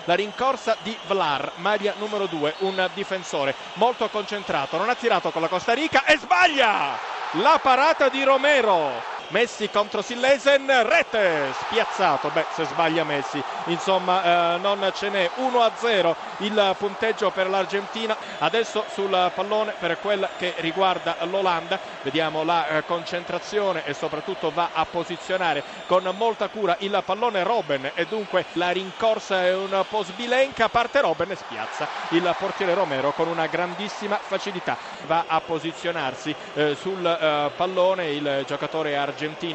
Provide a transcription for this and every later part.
la rincorsa di Vlar, maglia numero 2, un difensore molto concentrato, non ha tirato con la Costa Rica e sbaglia la parata di Romero. Messi contro Sillesen, rete, spiazzato, se sbaglia Messi, insomma non ce n'è. 1-0 il punteggio per l'Argentina. Adesso sul pallone per quel che riguarda l'Olanda, vediamo la concentrazione e soprattutto va a posizionare con molta cura il pallone Robben e dunque la rincorsa è un po' sbilenca, parte Robben e spiazza il portiere Romero con una grandissima facilità, va a posizionarsi sul pallone il giocatore argentino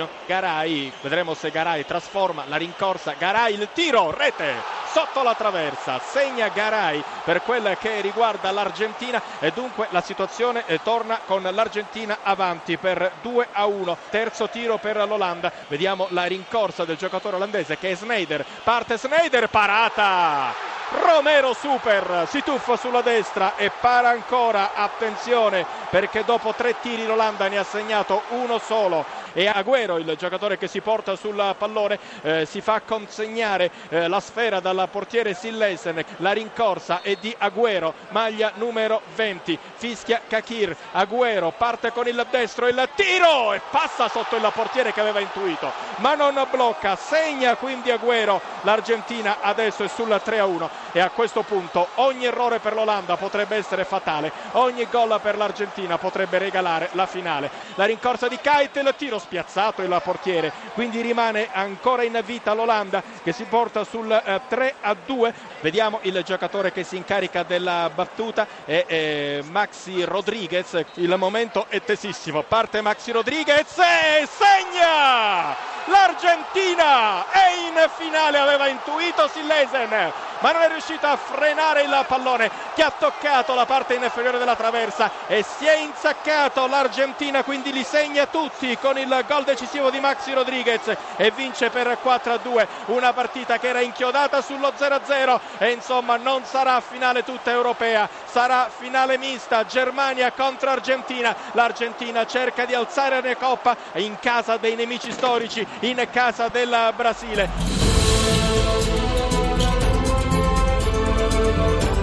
Garay. Vedremo se Garay trasforma la rincorsa. Garay, il tiro, rete sotto la traversa, segna Garay per quel che riguarda l'Argentina e dunque la situazione torna con l'Argentina avanti per 2-1. Terzo tiro per l'Olanda, vediamo la rincorsa del giocatore olandese che è Sneijder, parte Sneijder, parata Romero, super, si tuffa sulla destra e para ancora. Attenzione perché dopo 3 tiri l'Olanda ne ha segnato uno solo e Agüero, il giocatore che si porta sul pallone, si fa consegnare la sfera dal portiere Sillesen. La rincorsa è di Agüero, maglia numero 20, fischia Kakir. Agüero parte con il destro, il tiro e passa sotto il portiere che aveva intuito ma non blocca, segna quindi Agüero. L'Argentina adesso è sul 3-1 e a questo punto ogni errore per l'Olanda potrebbe essere fatale, ogni gol per l'Argentina potrebbe regalare la finale. La rincorsa di Kuyt, il tiro spiazzato il portiere, quindi rimane ancora in vita l'Olanda che si porta sul 3-2. Vediamo il giocatore che si incarica della battuta è Maxi Rodriguez. Il momento è tesissimo, parte Maxi Rodriguez e segna! L'Argentina è in finale, aveva intuito Sillesen ma non è riuscito a frenare il pallone che ha toccato la parte inferiore della traversa e si è insaccato. L'Argentina quindi li segna tutti con il gol decisivo di Maxi Rodriguez e vince per 4-2 una partita che era inchiodata sullo 0-0 e insomma non sarà finale tutta europea, sarà finale mista, Germania contro Argentina. L'Argentina cerca di alzare la coppa in casa dei nemici storici, in casa del Brasile.